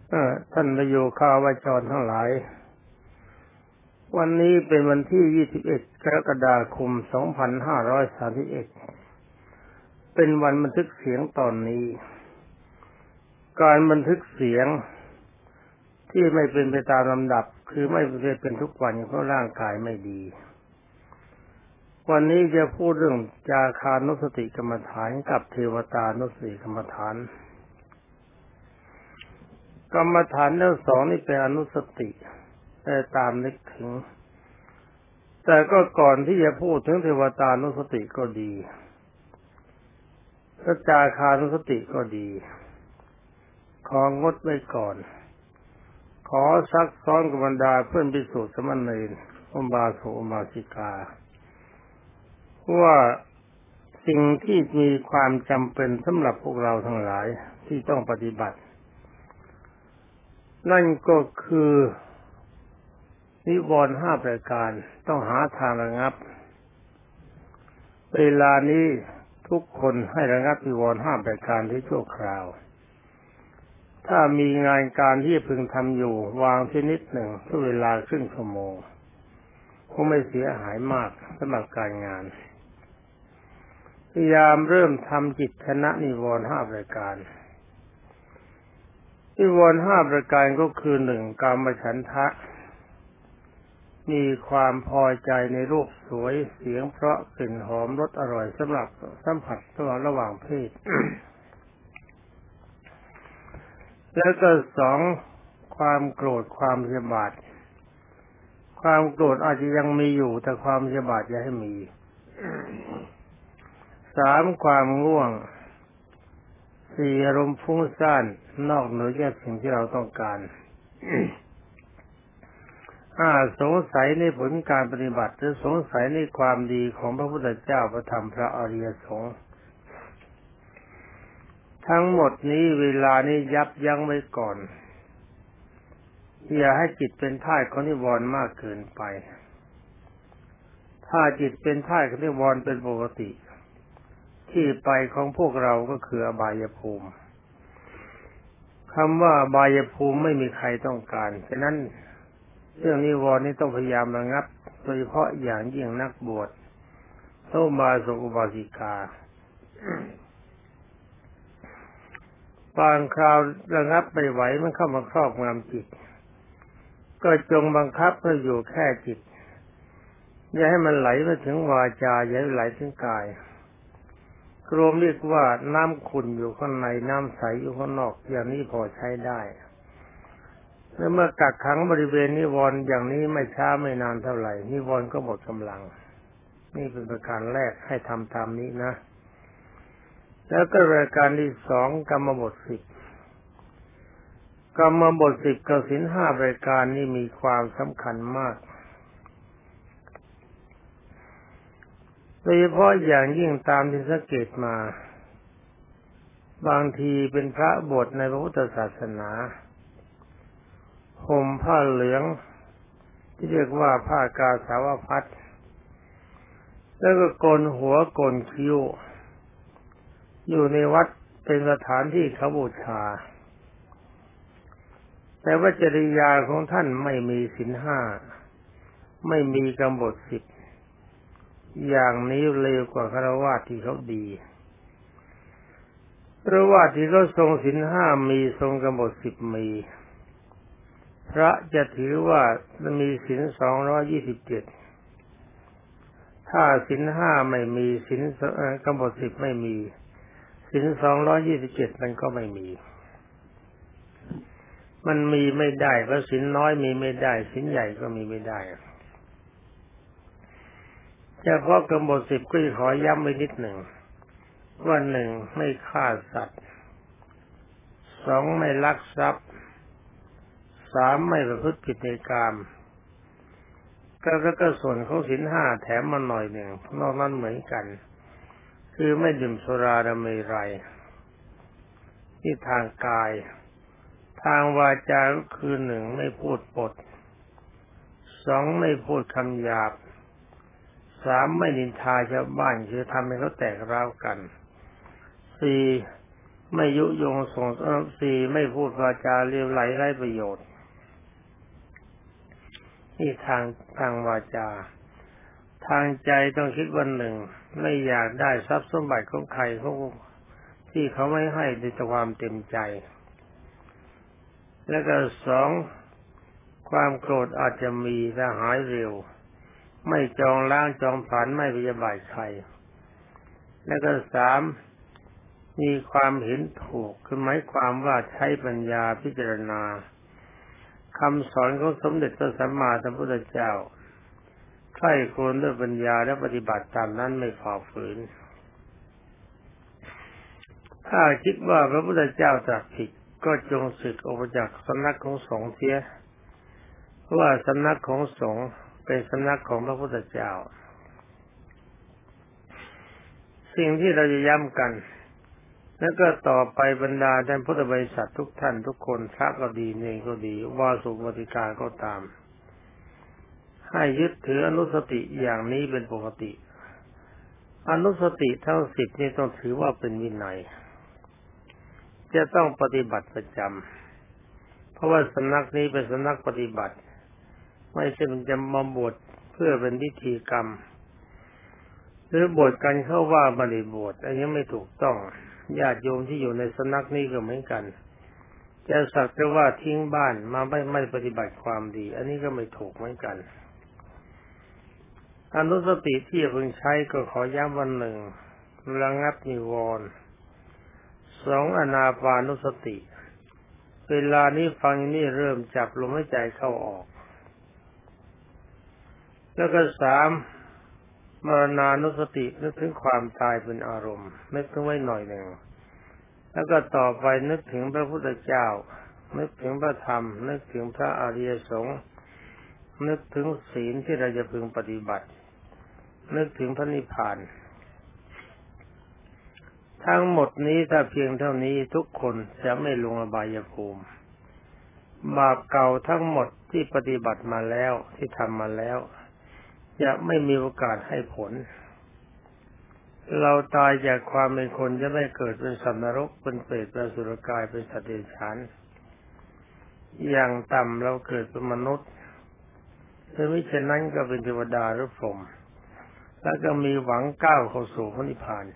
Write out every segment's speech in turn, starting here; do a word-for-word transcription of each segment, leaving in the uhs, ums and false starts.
เอ่อท่านนโยคาวาจรทั้งหลายวันนี้เป็นวันที่ยี่สิบเอ็ดกรกฎาคมสองพันห้าร้อยสามสิบเอ็ดเป็นวันบันทึกเสียงตอนนี้การบันทึกเสียงที่ไม่เป็นไปตามลำดับคือไม่เป็นทุกวันเพราะร่างกายไม่ดีวันนี้จะพูดเรื่องจาคานุสติกรรมฐานกับเทวตานุสติกรรมฐานกรรมฐานทั้งสองนี่เป็นอนุสติแต่ตามนึกถึงแต่ก็ก่อนที่จะพูดถึงเทวตานุสติก็ดีพระจาคานุสติก็ดีของดไว้ก่อนขอซักซ้อนกับบรรดาเพื่อนภิกษุสามเณรอุบาสกอุบาสิกาว่าสิ่งที่มีความจำเป็นสำหรับพวกเราทั้งหลายที่ต้องปฏิบัตินั่นก็คือนิวรณ์ห้าประการต้องหาทางระงับเวลานี้ทุกคนให้ระงับนิวรณ์ห้าประการที่ชั่วคราวถ้ามีงานการที่พึงทำอยู่วางที่นิดหนึ่งเพื่อเวลาครึ่งชั่วโมงคงไม่เสียหายมากสำหรับการงานพยายามเริ่มทำจิตชนะนิวรณ์ห้าประการนิวรณ์ห้าประการก็คือหนึ่งกามฉันทะมีความพอใจในรูปสวยเสียงเพราะกลิ่นหอมรสอร่อยสำหรับสัมผัสตัวระหว่างเพศ แล้วก็สองความโกรธความพยาบาทความโกรธอาจจะยังมีอยู่แต่ความพยาบาทอย่าให้มี สามความง่วงสี่อารมณ์ฟุ้งซ่านนอกเหนือจากสิ่งที่เราต้องการ ห้าสงสัยในผลการปฏิบัติหรือสงสัยในความดีของพระพุทธเจ้าพระธรรมพระอริยสงฆ์ทั้งหมดนี้เวลานี้ยับยั้งไว้ก่อนอย่าให้จิตเป็นทาสของนิวรณ์มากเกินไปถ้าจิตเป็นทาสของนิวรณ์เป็นปกติที่ไปของพวกเราก็คืออบายภูมิคำว่าอบายภูมิไม่มีใครต้องการฉะนั้นเรื่องนิวรณ์นี้ต้องพยายามระงับโดยเฉพาะอย่างยิ่งนักบวชโตมาสกุบาสิกาบางคราวระงับไม่ไหวมันเข้ามาครอบงำจิตก็จงบังคับให้อยู่แค่จิตอย่าให้มันไหลไปถึงวาจาอย่าให้ไหลถึงกายรวมเรียกว่าน้ำขุ่นอยู่ข้างในน้ำใสอยู่ข้างนอกอย่างนี้พอใช้ได้เมื่อกักขังบริเวณนิวรณ์อย่างนี้ไม่ช้าไม่นานเท่าไหร่นิวรณ์ก็หมดกำลังนี่เป็นประการแรกให้ทำตามนี้นะแล้วก็รายการที่สองกรรมบทสิบกรรมบทสิบกับศีลห้ารายการนี้มีความสำคัญมากโดยเฉพาะอย่างยิ่งตามที่สังเกตมาบางทีเป็นพระบวชในพระพุทธศาสนาห่มผ้าเหลืองที่เรียกว่าผ้ากาสาวพัสต์แล้วก็โกนหัวโกนคิ้วอยู่ในวัดเป็นสถานที่เขาบูชาแต่ว่าจริยาของท่านไม่มีศีลห้าไม่มีกรรมบทสิบอย่างนี้เลวกว่าฆราวาสที่เขาดีฆราวาสที่เขาทรงศีลห้ามีทรงกรรมบทสิบมีพระจะถือว่ามีศีลสองร้อยยี่สิบเจ็ดถ้าศีลห้าไม่มีศีลกรรมบทสิบไม่มีศีลสองร้อยยี่สิบเจ็ดมันก็ไม่มีมันมีไม่ได้เพราะศีลน้อยมีไม่ได้ศีลใหญ่ก็มีไม่ได้เฉพาะกรรมบทสิบก็ขอย้ำไว้นิดหนึ่งว่าหนึ่งไม่ฆ่าสัตว์สองไม่ลักทรัพย์สามไม่ประพฤติผิดในกามก็ก็ส่วนของศีลห้าแถมมาหน่อยหนึ่งนอกนั้นเหมือนกันคือไม่ดื่มสุราและเมรัยที่ทางกายทางวาจาก็คือหนึ่งไม่พูดปดสองไม่พูดคำหยาบสามไม่นินทาชาวบ้านคือทำให้เขาแตกร้าวกันสี่ไม่ยุยงส่งสี่ไม่พูดวาจาเลวไหลไร้ประโยชน์นี่ทางทางวาจาทางใจต้องคิดวันหนึ่งไม่อยากได้ทรัพย์สมบัติของใครเขาที่เขาไม่ให้ด้วยความเต็มใจแล้วก็สองความโกรธอาจจะมีแต่หายเร็วไม่จองล้างจองผลาญไม่พยาบาทใครแล้วก็สามมีความเห็นถูกคือหมายความว่าใช้ปัญญาพิจารณาคำสอนของสมเด็จพระสัมมาสัมพุทธเจ้าใคร่ครวญด้วยปัญญาและปฏิบัติตามนั้นไม่ฝ่าฝืนถ้าคิดว่าพระพุทธเจ้าตรัสผิดก็จงสึกออกจากสำนักของสงฆ์เสียเพราะว่าสำนักของสงฆ์เป็นสำนักของพระพุทธเจ้าสิ่งที่เราจะย้ำกันแล้วก็ต่อไปบรรดาท่านพุทธบริษัททุกท่านทุกคนพระก็ดีเนรก็ดีวาสุวัติกาก็ตามให้ยึดถืออนุสติอย่างนี้เป็นปกติอนุสติทั้งสิบนี้ต้องถือว่าเป็นวินัยจะต้องปฏิบัติประจำเพราะว่าสำนักนี้เป็นสำนักปฏิบัติไม่ใช่มันจะมาบวชเพื่อเป็นพิธีกรรมหรือบวชกันเข้าว่าไม่ได้บวชอันนี้ไม่ถูกต้องญาติโยมที่อยู่ในสำนักนี้ก็เหมือนกันจะสักแต่ว่าทิ้งบ้านมาไม่ไม่ปฏิบัติความดีอันนี้ก็ไม่ถูกเหมือนกันอนุสติที่พึงใช้ก็ขอย้ำวันหนึ่งระงับนิวรณ์สองอนาปานุสติเวลานี้ฟังนี่เริ่มจับลมหายใจเข้าออกแล้วก็สามมรณานุสตินึกถึงความตายเป็นอารมณ์นึกถึงไว้หน่อยหนึ่งแล้วก็ต่อไปนึกถึงพระพุทธเจ้านึกถึงพระธรรมนึกถึงพระอริยสงฆ์นึกถึงศีลที่เราจะพึงปฏิบัตินึกถึงพระนิพพานทั้งหมดนี้ถ้าเพียงเท่านี้ทุกคนจะไม่ลงอบายภูมิบาปเก่าทั้งหมดที่ปฏิบัติมาแล้วที่ทำมาแล้วจะไม่มีโอกาสให้ผลเราตายจากความเป็นคนจะไม่เกิดเป็นสัตว์นรกเป็นเปรตเป็นอสุรกายเป็นสัตว์เดรัจฉานอย่างต่ำเราเกิดเป็นมนุษย์ถ้าไม่เช่นนั้นก็เป็นเทวดาหรือพรหมแล้วก็มีหวังก้าวเข้าสู่พระนิพพาน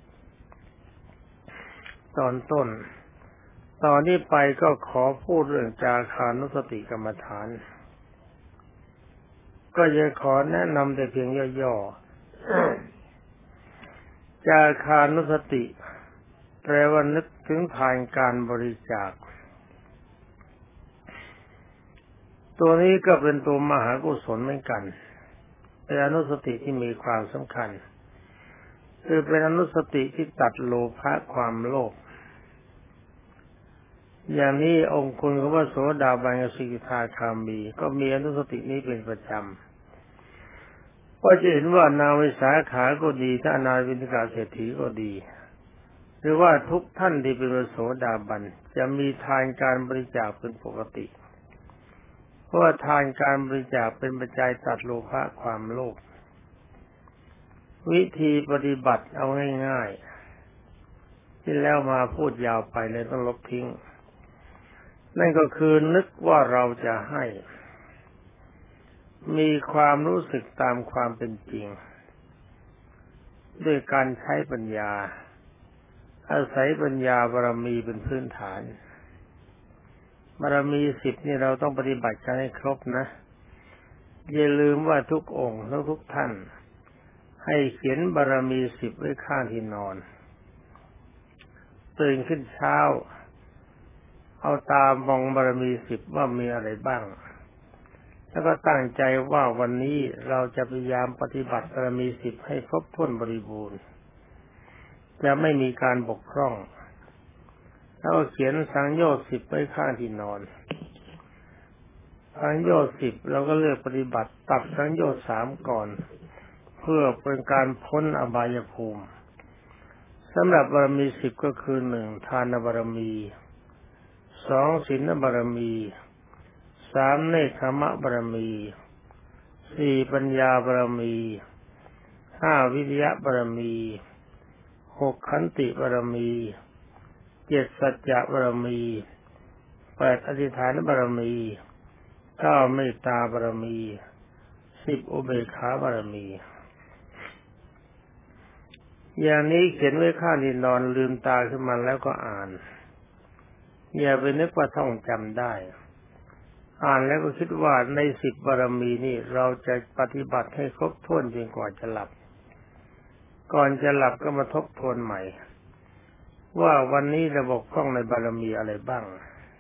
ตอนต้นตอนนี้ไปก็ขอพูดเรื่องจาคานุสติกรรมฐานก็จะขอแนะนำแต่เพียงย่อๆ จาคานุสติแปลว่านึกถึงทานการบริจาคตัวนี้ก็เป็นตัวมหากุศลเหมือนกันเป็นอนุสติที่มีความสำคัญคือเป็นอนุสติที่ตัดโลภะความโลภอย่างนี้องค์คุณของพระโสดาบันกับสกิทาคามีก็มีอนุสตินี้เป็นประจำก็จะเห็นว่านางวิสาขาก็ดีถ้าอนาวินทิกาเศรษฐีก็ดีหรือว่าทุกท่านที่เป็นพระโสดาบันจะมีทานการบริจาคเป็นปกติเพราะว่าทานการบริจาคเป็นปัจจัยตัดโลภะความโลภวิธีปฏิบัติเอาง่ายๆที่แล้วมาพูดยาวไปเลยต้องลบทิ้งนั่นก็คือนึกว่าเราจะให้มีความรู้สึกตามความเป็นจริงด้วยการใช้ปัญญาอาศัยปัญญาบารมีเป็นพื้นฐานบารมีสิบนี่เราต้องปฏิบัติกันให้ครบนะอย่าลืมว่าทุกองค์และทุกท่านให้เขียนบารมีสิบไว้ข้างที่นอนตื่นขึ้นเช้าเอาตามองบารมีสิบว่ามีอะไรบ้างแล้วก็ตั้งใจว่าวันนี้เราจะพยายามปฏิบัติบารมีสิบให้ครบถ้วนบริบูรณ์จะไม่มีการบกพร่องแล้วเขียนสังโยชน์สิบไว้ข้างที่นอนสังโยชน์สิบเราก็เลือกปฏิบัติตัดสังโยชน์สามก่อนเพื่อเป็นการพ้นอบายภูมิสำหรับบารมีสิบก็คือหนึ่งทานบารมีสองศีลบารมีสามเนคขมะบารมีสี่ปัญญาบารมีห้าวิริยะบารมีหกขันติบารมีเจ็ดสัจจะบารมีแปดอธิษฐานบารมีเก้าเมตตาบารมีสิบอุเบกขาบารมีอย่างนี้เขียนไว้ข้างที่นอนลืมตาขึ้นมาแล้วก็อ่านอย่าไปนึกว่าท่องจำได้อ่านแล้วก็คิดว่าในสิบบารมีนี่เราจะปฏิบัติให้ครบถ้วนจนกว่าจะหลับก่อนจะหลับก็มาทบทวนใหม่ว่าวันนี้ระบบคล่องในบารมีอะไรบ้าง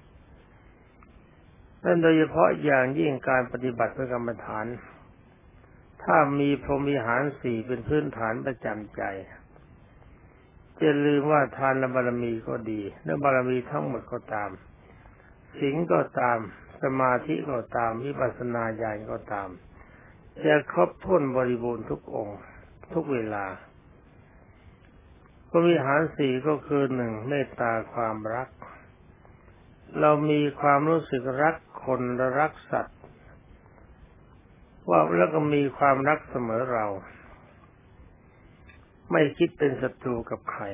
นั่นโดยเฉพาะอย่างยิ่งการปฏิบัติเพื่อกรรมฐานถ้ามีพรหมวิหารสี่เป็นพื้นฐานประจำใจจะลืมว่าทานบารมีก็ดีและบารมีทั้งหมดก็ตามศีลก็ตามสมาธิก็ตามวิปัสสนาญาณก็ตามจะครบถ้วนบริบูรณ์ทุกองค์ทุกเวลาพรหมวิหารสี่ก็คือหนึ่งเมตตาความรักเรามีความรู้สึกรักคนและรักสัตว์ว่าแล้วก็มีความรักเสมอเราไม่คิดเป็นศัตรูกับใคร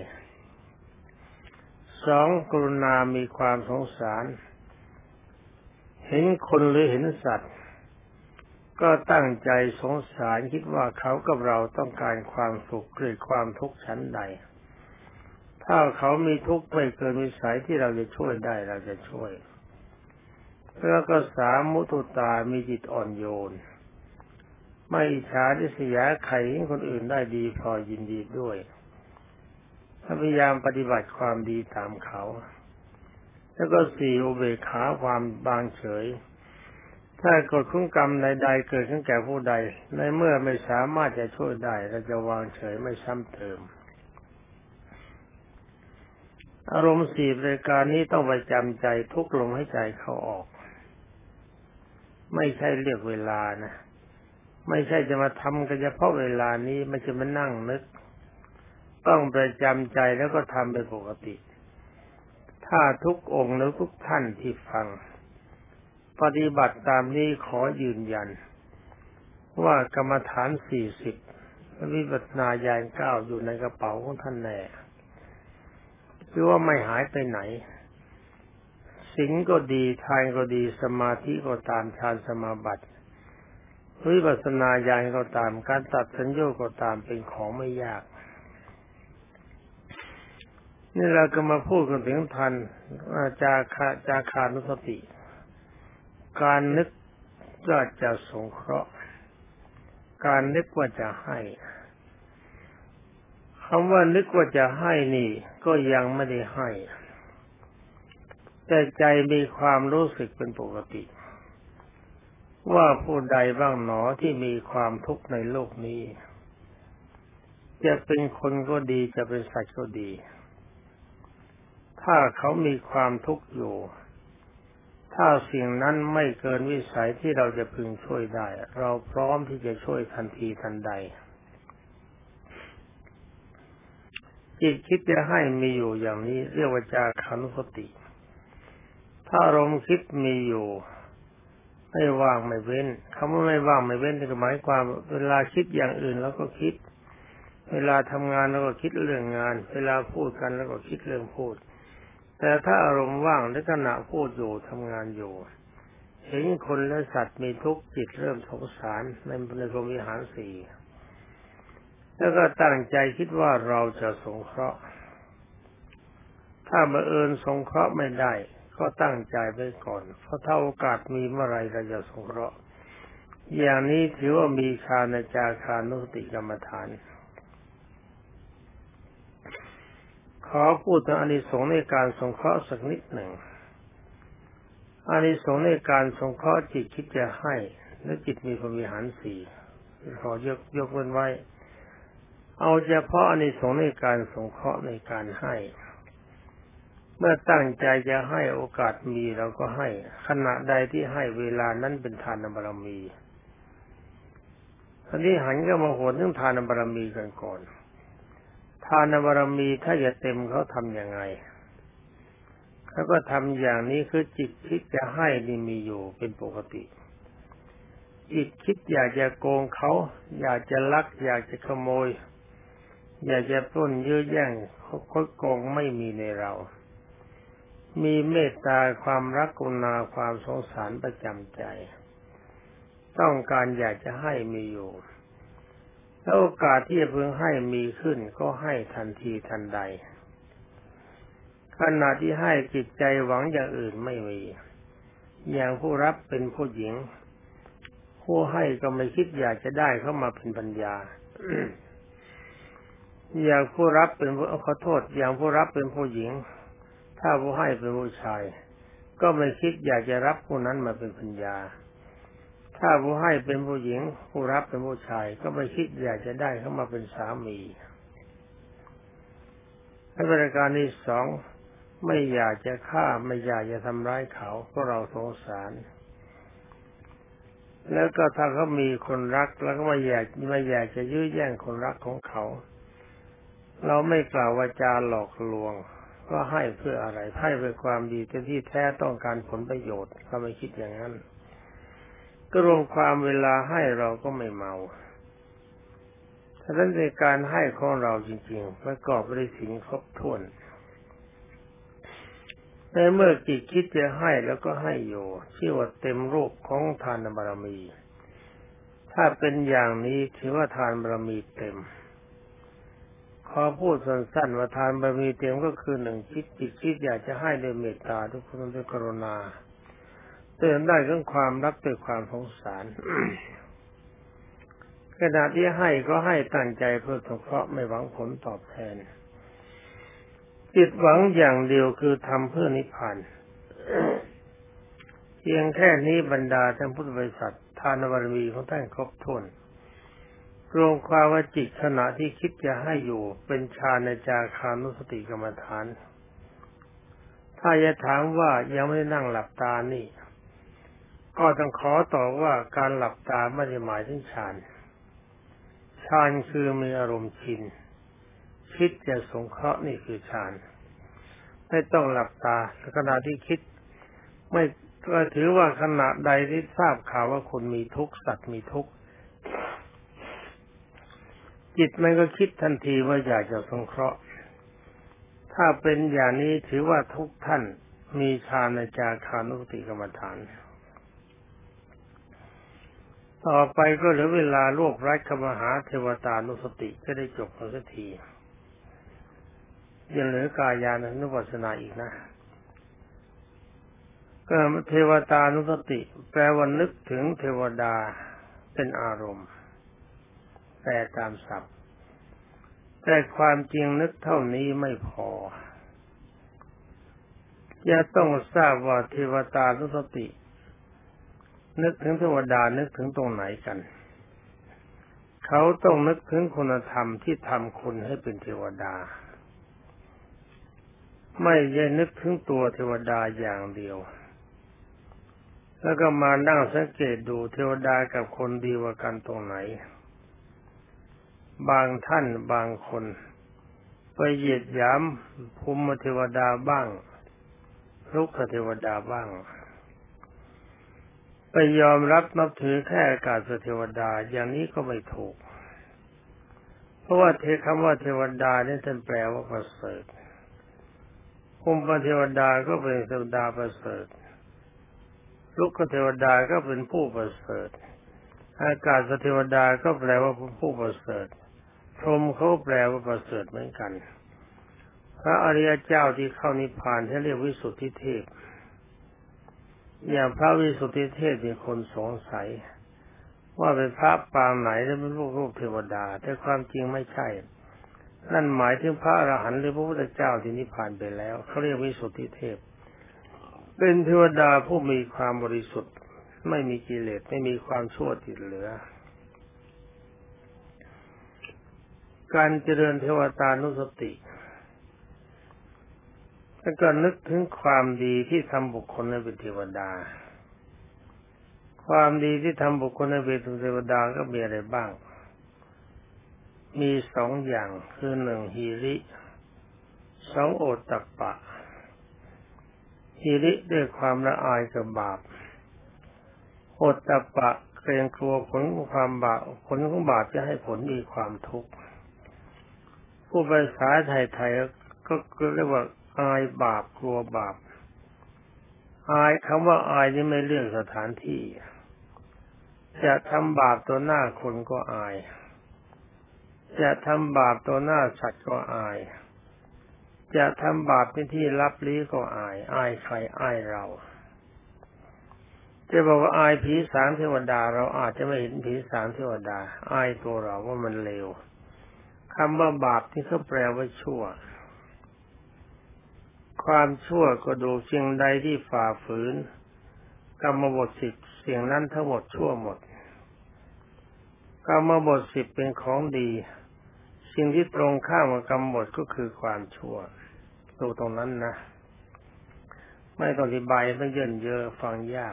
สองกรุณามีความสงสารเห็นคนหรือเห็นสัตว์ก็ตั้งใจสงสารคิดว่าเขากับเราต้องการความสุขหรือความทุกข์ชั้นใดถ้าเขามีทุกข์ไม่เกินวิสัยที่เราจะช่วยได้เราจะช่วยแล้วก็สามมุตุตามีจิตอ่อนโยนไม่อิจฉาริษยาใครให้คนอื่นได้ดีพอยินดีด้วยพยายามปฏิบัติความดีตามเขาแล้วก็สี่อุเบกขาความบางเฉยถ้ากฎของกรรมใดๆเกิดขึ้นแก่ผู้ใดในเมื่อไม่สามารถจะช่วยได้เราจะวางเฉยไม่ซ้ำเติมอารมณ์สี่รายการนี้ต้องประจำใจทุกลมหายใจเข้าออกไม่ใช่เรียกเวลานะไม่ใช่จะมาทำกันเฉพาะเวลานี้ไม่ใช่มานั่งนึกต้องประจำใจแล้วก็ทำเป็นปกติถ้าทุกองค์หรือทุกท่านที่ฟังปฏิบัติตามนี้ขอยืนยันว่ากรรมฐานสี่สิบวิปัสสนาญาณเก้าอยู่ในกระเป๋าของท่านแน่คือว่าไม่หายไปไหนศีลก็ดีทานก็ดีสมาธิก็ตามฌานสมาบัติวิปัสสนาญาณก็ตามการตัดสัญโยชน์ก็ตามเป็นของไม่ยากนี่เราก็มาพูดกันถึงทันจาคาจาคานุสติการนึกว่าจะสงเคราะห์การนึกว่าจะให้คำว่านึกว่าจะให้นี่ก็ยังไม่ได้ให้แต่ใจมีความรู้สึกเป็นปกติว่าผู้ใดบ้างหนอที่มีความทุกข์ในโลกนี้จะเป็นคนก็ดีจะเป็นสัตว์ก็ดีถ้าเขามีความทุกข์อยู่ถ้าสิ่งนั้นไม่เกินวิสัยที่เราจะพึงช่วยได้เราพร้อมที่จะช่วยทันทีทันใดจิตคิดจะให้มีอยู่อย่างนี้เรียกว่าจาคานุสติถ้าอารมณ์คิดมีอยู่ไม่ว่างไม่เว้นคำว่าไม่ว่างไม่เว้นก็หมายความเวลาคิดอย่างอื่นแล้วก็คิดเวลาทำงานแล้วก็คิดเรื่องงานเวลาพูดกันแล้วก็คิดเรื่องพูดแต่ถ้าอารมณ์ว่างในขณะพูดอยู่ทำงานอยู่เห็นคนและสัตว์มีทุกข์จิตเริ่มสงสารในในพรหมวิหารสี่แล้วก็ตั้งใจคิดว่าเราจะสงเคราะห์ถ้าบังเอิญสงเคราะห์ไม่ได้ก็ตั้งใจไว้ก่อนเพราะถ้าโอกาสมีเมื่อไรเราจะสงเคราะห์อย่างนี้ถือว่ามีฌานจาคานุสติกรรมฐานขอพูดถึงอานิสงส์ในการสงเคราะห์สักนิดหนึ่งอานิสงส์ในการสงเคราะห์จิตคิดจะให้และจิตมีพรหมวิหารสี่ขอยกยกเว้นไว้เอาเฉพาะอานิสงส์ในการสงเคราะห์ในการให้เมื่อตั้งใจจะให้โอกาสมีเราก็ให้ขณะใดที่ให้เวลานั้นเป็นทานบารมีอันนี้หันก็มาโหดเรื่องทานบารมีกันก่อนทานบารมีถ้าจะเต็มเขาทำยังไงเขาก็ทำอย่างนี้คือจิตคิดจะให้นี่มีอยู่เป็นปกติจิตคิดอยากจะโกงเขาอยากจะลักอยากจะขโมยอยากจะปล้นยื้อแย่งคดโกงไม่มีในเรามีเมตตาความรักกรุณาความสงสารประจำใจต้องการอยากจะให้มีอยู่แล้วโอกาสที่จะพึงให้มีขึ้นก็ให้ทันทีทันใดขณะที่ให้จิตใจหวังอย่างอื่นไม่มีอย่างผู้รับเป็นผู้หญิงผู้ให้ก็ไม่คิดอยากจะได้เข้ามาเป็นปัญญา อย่างผู้รับเป็นขอโทษอย่างผู้รับเป็นผู้หญิงถ้าผู้ให้เป็นผู้ชายก็ไม่คิดอยากจะรับผู้นั้นมาเป็นปัญญาถ้าผู้ให้เป็นผู้หญิงผู้รับเป็นผู้ชายก็ไม่คิดอยากจะได้เข้ามาเป็นสามีและประการที่สองไม่อยากจะฆ่าไม่อยากจะทำร้ายเขาเพราะเราสงสารแล้วก็ถ้าเขามีคนรักแล้วก็ไม่อยากไม่อยากจะยื้อแย่งคนรักของเขาเราไม่กล่าววาจาหลอกลวงว่าให้เพื่ออะไรให้เพื่อความดีแต่ที่แท้ต้องการผลประโยชน์เราไม่คิดอย่างนั้นก็รวมความเวลาให้เราก็ไม่เมาฉะนั้นในการให้ของเราจริงๆประกอบด้วยสิ่งครบถ้วนในเมื่อจิตคิดจะให้แล้วก็ให้อยู่ชื่อว่าเต็มรูปของทานบารมีถ้าเป็นอย่างนี้ถือว่าทานบารมีเต็มขอพูดสั้นๆว่าทานบารมีเต็มก็คือหนึ่งคิดจิตคิดอยากจะให้ด้วยเมตตาทุกคนด้วยกรุณาเตือนได้เรื่องความรักด้วยความสงสาร ขณะที่ให้ก็ให้ตั้งใจเพื่อสงเคราะห์ไม่หวังผลตอบแทนจิตหวังอย่างเดียวคือทำเพื่อนิพพาน เพียงแค่นี้บรรดาท่านพุทธบริษัททานบารมีของท่านครบถ้วนรวมความว่าจิตขณะที่คิดจะให้อยู่เป็นฌานจาคานุสติกรรมฐานถ้าจะถามว่ายังไม่ได้นั่งหลับตานี่ก็ต้องขอตอบว่าการหลับตาไม่ได้หมายถึงฌานฌานคือมีอารมณ์ชินคิดจะสงเคราะห์นี่คือฌานไม่ต้องหลับตาขณะที่คิดไม่ก็ถือว่าขณะใดที่ทราบข่าวว่าคนมีทุกข์สัตว์มีทุกข์จิตมันก็คิดทันทีว่าอยากจะสงเคราะห์ถ้าเป็นอย่างนี้ถือว่าทุกท่านมีฌานจาคานุสติกรรมฐานต่อไปก็เหลือเวลารวบรัดคมหาเทวตานุสติจะได้จบกันสักทียังเหลือกายานุปัสสนาอีกนะก็เทวตานุสติแปลว่านึกถึงเทวดาเป็นอารมณ์แปลตามศัพท์แต่ความจริงนึกเท่านี้ไม่พอจะต้องทราบว่าเทวตานุสตินึกถึงเทวดานึกถึงตรงไหนกันเขาต้องนึกถึงคุณธรรมที่ทำคนให้เป็นเทวดาไม่ใช่นึกถึงตัวเทวดาอย่างเดียวแล้วก็มานั่งสังเกตดูเทวดากับคนดีกว่ากันตรงไหนบางท่านบางคนไปเหยียดหยามภูมิเทวดาบ้างลุกเทวดาบ้างไปยอมรับนับถือแค่อากาศเทวดาอย่างนี้ก็ไม่ถูกเพราะว่าเทคำว่าเทวดานี่ท่านแปลว่าประเสริฐภูมิเทวดาก็เป็นเทวดาประเสริฐลุกเทวดาก็เป็นผู้ประเสริฐอากาศเทวดาก็แปลว่าผู้ประเสริฐพรหมเขาแปลว่าประเสริฐเหมือนกันพระอริยเจ้าที่เข้านิพพานที่เรียกวิสุทธิเทพอย่างพระวิสุทธิเทพมีคนสงสัยว่าเป็นพระปางไหนและเป็นลูกรูปเทวดาแต่ความจริงไม่ใช่นั่นหมายถึงพระอรหันต์หรือพระพุทธเจ้าที่นิพพานไปแล้วเขาเรียกวิสุทธิเทพเป็นเทวดาผู้มีความบริสุทธิ์ไม่มีกิเลสไม่มีความชั่วติดเหลือการเจริญเทวตานุสติแล้วก็นึกถึงความดีที่ทำบุคคลให้เป็นเทวดาความดีที่ทำบุคคลให้เป็นเทวดาก็มีอะไรบ้างมีสองอย่างคือหนึ่งหิริสองโอตตัปปะหิริด้วยความละอายกับบาปโอตตัปปะเกรงกลัวผลของความบาปผลของบาปจะให้ผลมีความทุกข์ผู้ภาษาไทยๆก็เรียกว่าอายบาปกลัวบาปอายคำว่าอายนี่ไม่เลือกสถานที่จะทำบาปต่อหน้าคนก็อายจะทำบาปต่อหน้าสัตว์ก็อายจะทำบาปในที่ลับลี้ก็อายอายใครอายเราจะบอกว่าอายผีสางเทวดาเราอาจจะไม่เห็นผีสางเทวดาอายตัวเราว่ามันเลวคำว่าบาปที่เขาแปลว่าชั่วความชั่วก็ดูสิ่งใดที่ฝ่าฝืนกรรมบทสิบสิ่งนั้นทั้งหมดชั่วหมดกรรมบทสิบเป็นของดีสิ่งที่ตรงข้ามกับกรรมบทก็คือความชั่วดูตรงนั้นนะไม่ต้องอธิบายไม่เยินเยอะฟังยาก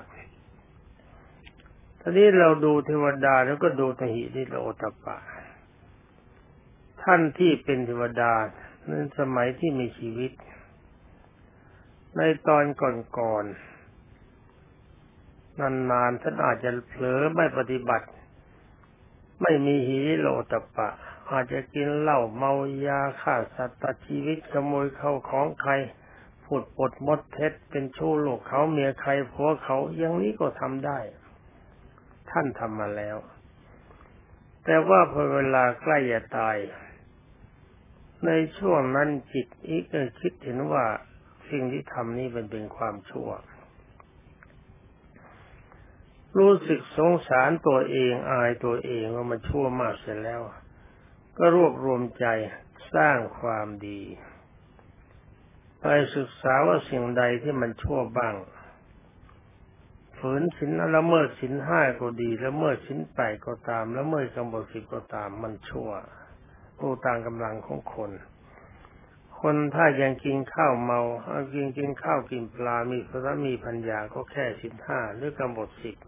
ทีนี้เราดูเทวดาแล้วก็ดูตหิริโอตตัปปะท่านที่เป็นเทวดาในสมัยที่มีชีวิตในตอนก่อนๆนานๆท่านอาจจะเผลอไม่ปฏิบัติไม่มีหิริโอตตัปปะอาจจะกินเหล้าเมายาฆ่าสัตว์ตัดชีวิตขโมยเข้าของใครพูดปดมดเท็จเป็นชู้ลูกเขาเมียใครผัวเขาอย่างนี้ก็ทำได้ท่านทำมาแล้วแต่ว่าพอเวลาใกล้จะตายในช่วงนั้นจิตอีกเออคิดเห็นว่าสิ่งที่ทำนี้เป็นเป็นความชั่วรู้สึกสงสารตัวเองอายตัวเองว่ามันชั่วมากเสียแล้วก็รวบรวมใจสร้างความดีไปศึกษาว่าสิ่งใดที่มันชั่วบ้างฝืนศีลละเมิดศีลห้าก็ดีละเมิดศีลแปดก็ตามละเมิดกรรมบทสิบก็ตามมันชั่วผู้ตามกำลังของคนคนถ้ายังกินข้าวเมาเอากินกินข้าวกินปลามีพระมีปัญญาก็แค่ศีลห้าหรือกรรมบทสิบ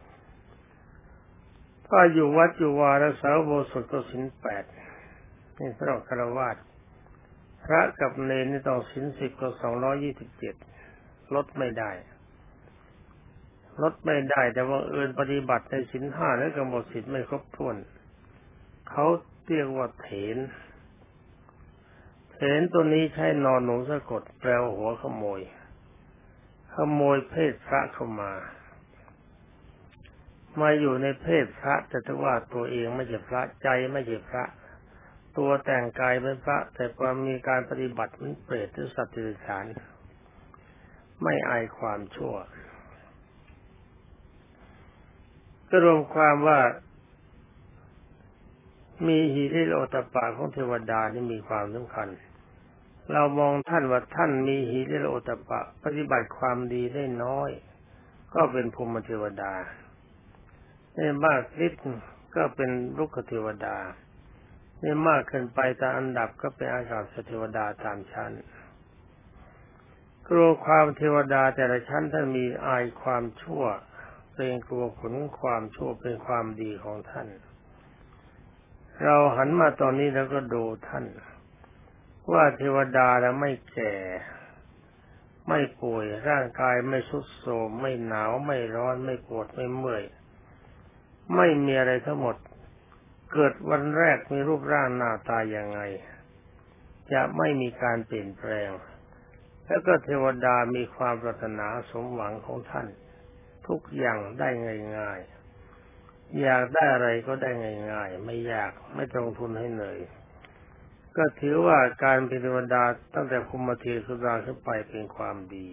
ถ้าอยู่วัดอยู่วารักษาอุโบสถก็ศีลแปดนี่สำหรับฆราวาสพระกับเณรนี่ต้องศีลสิบก็สองร้อยยี่สิบเจ็ดลดไม่ได้ลดไม่ได้แต่ว่าเอิญปฏิบัติในศีลห้าและกรรมบทสิบไม่ครบถ้วนเขาเรียกว่าเถรเถรตัวนี้ใช้นอนหนูสะกดแปลว่าหัวขโมยขโมยเพศพระเข้ามามาอยู่ในเพศพระแต่ถ้าว่าตัวเองไม่ใช่พระใจไม่ใช่พระตัวแต่งกายเป็นพระแต่ความมีการปฏิบัติมันเปรตหรือสัตว์เดรัจฉานไม่อายความชั่วก็รวมความว่ามีหิริโอตตัปปะของเทวดานี่มีความสำคัญเรามองท่านว่าท่านมีหิริโอตตัปปะปฏิบัติความดีได้น้อยก็เป็นพรหมเทวดาได้มากฤทธิ์ก็เป็นรุกขเทวดาได้มากเกินไปตามอันดับก็เป็นอากาศเทวดาตามชั้นกลัวความเทวดาแต่ละชั้นท่านมีอายความชั่วเกรงกลัวผลความชั่วเป็นความดีของท่านเราหันมาตอนนี้แล้วก็ดูท่านว่าเทวดาแล้วไม่แก่ไม่ป่วยร่างกายไม่ทรุดโทรมไม่หนาวไม่ร้อนไม่ปวดไม่เมื่อยไม่มีอะไรทั้งหมดเกิดวันแรกมีรูปร่างหน้าตาอย่างไงจะไม่มีการเปลี่ยนแปลงแล้วก็เทวดามีความปรารถนาสมหวังของท่านทุกอย่างได้ง่ายๆอยากได้อะไรก็ได้ง่ายๆไม่ยากไม่ต้องลงทุนให้เหนื่อยก็ถือว่าการเป็นเทวดาตั้งแต่ภูมิเทสุดาขึ้นไปเป็นความดี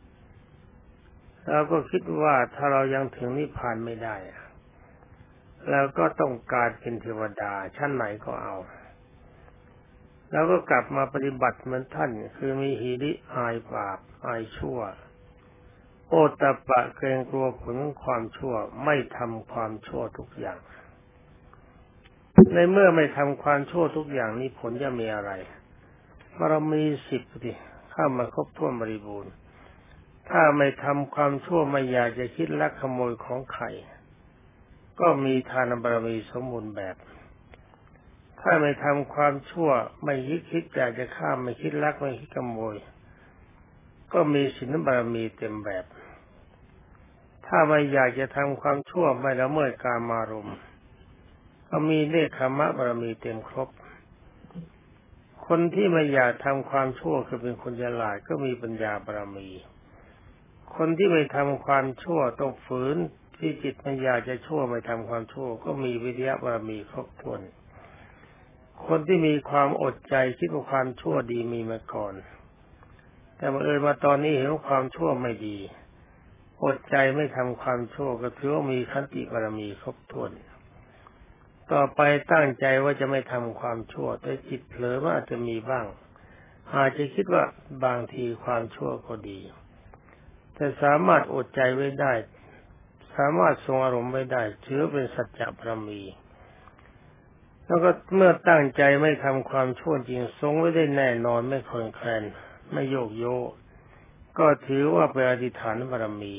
เราก็คิดว่าถ้าเรายังถึงนิพพานไม่ได้แล้วก็ต้องการเป็นเทวดาชั้นไหนก็เอาแล้วก็กลับมาปฏิบัติเหมือนท่านคือมีหิริอายบาปอายชั่วโอตตัปปะเกรงกลัวผลความชั่วไม่ทำความชั่วทุกอย่างในเมื่อไม่ทำความชั่วทุกอย่างนี้ผลจะมีอะไรบารมีสิบดิเข้ามาครบถ้วนบริบูรณ์ถ้าไม่ทำความชั่วไม่อยากจะคิดลักขโมยของใครก็มีทานบารมีสมบูรณ์แบบถ้าไม่ทำความชั่วไม่คิดคิดอยากจะฆ่าไม่คิดลักไม่คิดขโมยก็มีศีลบารมีเต็มแบบถ้าไม่อยากจะทำความชั่วไม่ละเมิดกามารมณ์ก็มีเนคขมะบารมีเต็มครบคนที่ไม่อยากทำความชั่วคือเป็นคนฉลาดก็มีปัญญาบารมีคนที่ไม่ทำความชั่วต้องฝืนที่จิตมันอยากจะชั่วไม่ทำความชั่วก็มีวิริยะบารมีครบถ้วนคนที่มีความอดใจคิดว่าความชั่วดีมีมาก่อนแต่บังเอิญมาตอนนี้เห็นว่าความชั่วไม่ดีอดใจไม่ทำความชั่วก็ถือว่ามีขันติบารมีครบถ้วนต่อไปตั้งใจว่าจะไม่ทำความชั่วแต่จิตเผลอว่าอาจจะมีบ้างอาจจะคิดว่าบางทีความชั่วก็ดีแต่สามารถอดใจไว้ได้สามารถทรงอารมณ์ไว้ได้ถือเป็นสัจจะบารมีแล้วก็เมื่อตั้งใจไม่ทำความชั่วจริงทรงไว้ได้แน่นอนไม่คลอนแคลนไม่โยกโยก็ถือว่าเป็นอธิษฐานบารมี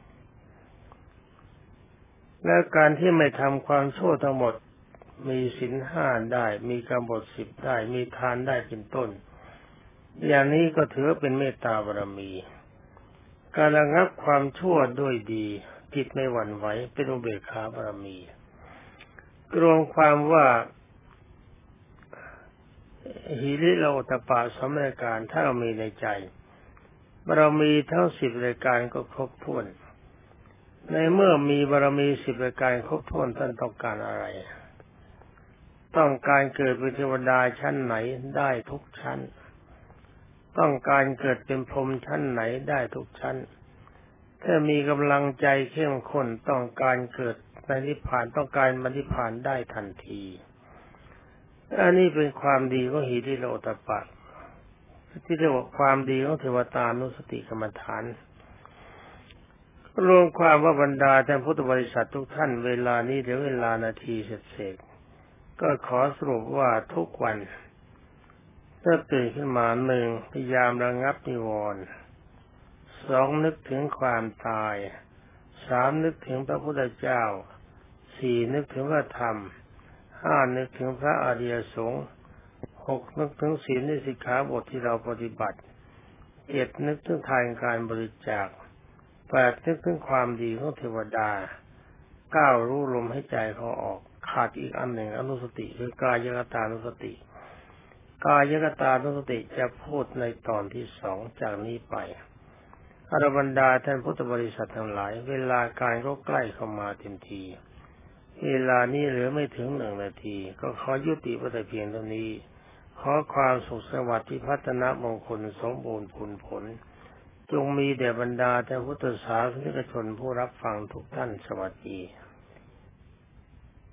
และการที่ไม่ทำความชั่วทั้งหมดมีศีลห้าได้มีกำหนดสิบได้มีทานได้เป็นต้นอย่างนี้ก็ถือเป็นเมตตาบารมีการระงับความชั่วด้วยดีจิตไม่หวั่นไหวเป็นอุเบกขาบารมีรวมความว่าหิริโอตปะสมรการถ้าเรามีในใจบารมีทั้งสิบรายการก็ครบถ้วนในเมื่อมีบารมีสิบรายการครบถ้วนท่านต้องการอะไรต้องการเกิดเป็นเทวดาชั้นไหนได้ทุกชั้นต้องการเกิดเป็นพรหมชั้นไหนได้ทุกชั้นถ้ามีกำลังใจเข้มข้นต้องการเกิดในนิพพานต้องการบรรลุนิพพานได้ทันทีอันนี้เป็นความดีของหิริโอตปะที่เรียกว่าความดีของเทวตานุสติกรรมฐานรวมความว่าบรรดาท่านพุทธบริษัททุกท่านเวลานี้เดี๋ยวเวลานาทีเสร็จๆก็ขอสรุปว่าทุกวันถ้าตื่นขึ้นมาหนึ่งพยายามระงับนิวรณ์สองนึกถึงความตายสามนึกถึงพระพุทธเจ้าสี่นึกถึงพระธรรมห้านึกถึงพระอริยสงฆ์หกนึกถึงศีลในสิกขาบทที่เราปฏิบัติเจ็ดนึกถึงทานการบริจาคแปดนึกถึงความดีของเทวดาเก้ารู้ลมให้ใจเขาออกขาดอีกอันหนึ่งอนุสติคือกายกตานุสติกายกตานุสติจะพูดในตอนที่สองจากนี้ไปอรบรรดาท่านพุทธบริษัททั้งหลายเวลาการก็ใกล้เข้ามาเต็มทีเวลานี้เหลือไม่ถึงหนึ่งนาทีก็ขอยุติไว้แต่เพียงเท่านี้ขอความสุขสวัสดิ์ที่พัฒนามงคลสมบูรณ์ผลผลจงมีแด่บรรดาท่านพุทธศาสนิกชนผู้รับฟังทุกท่านสวัสดี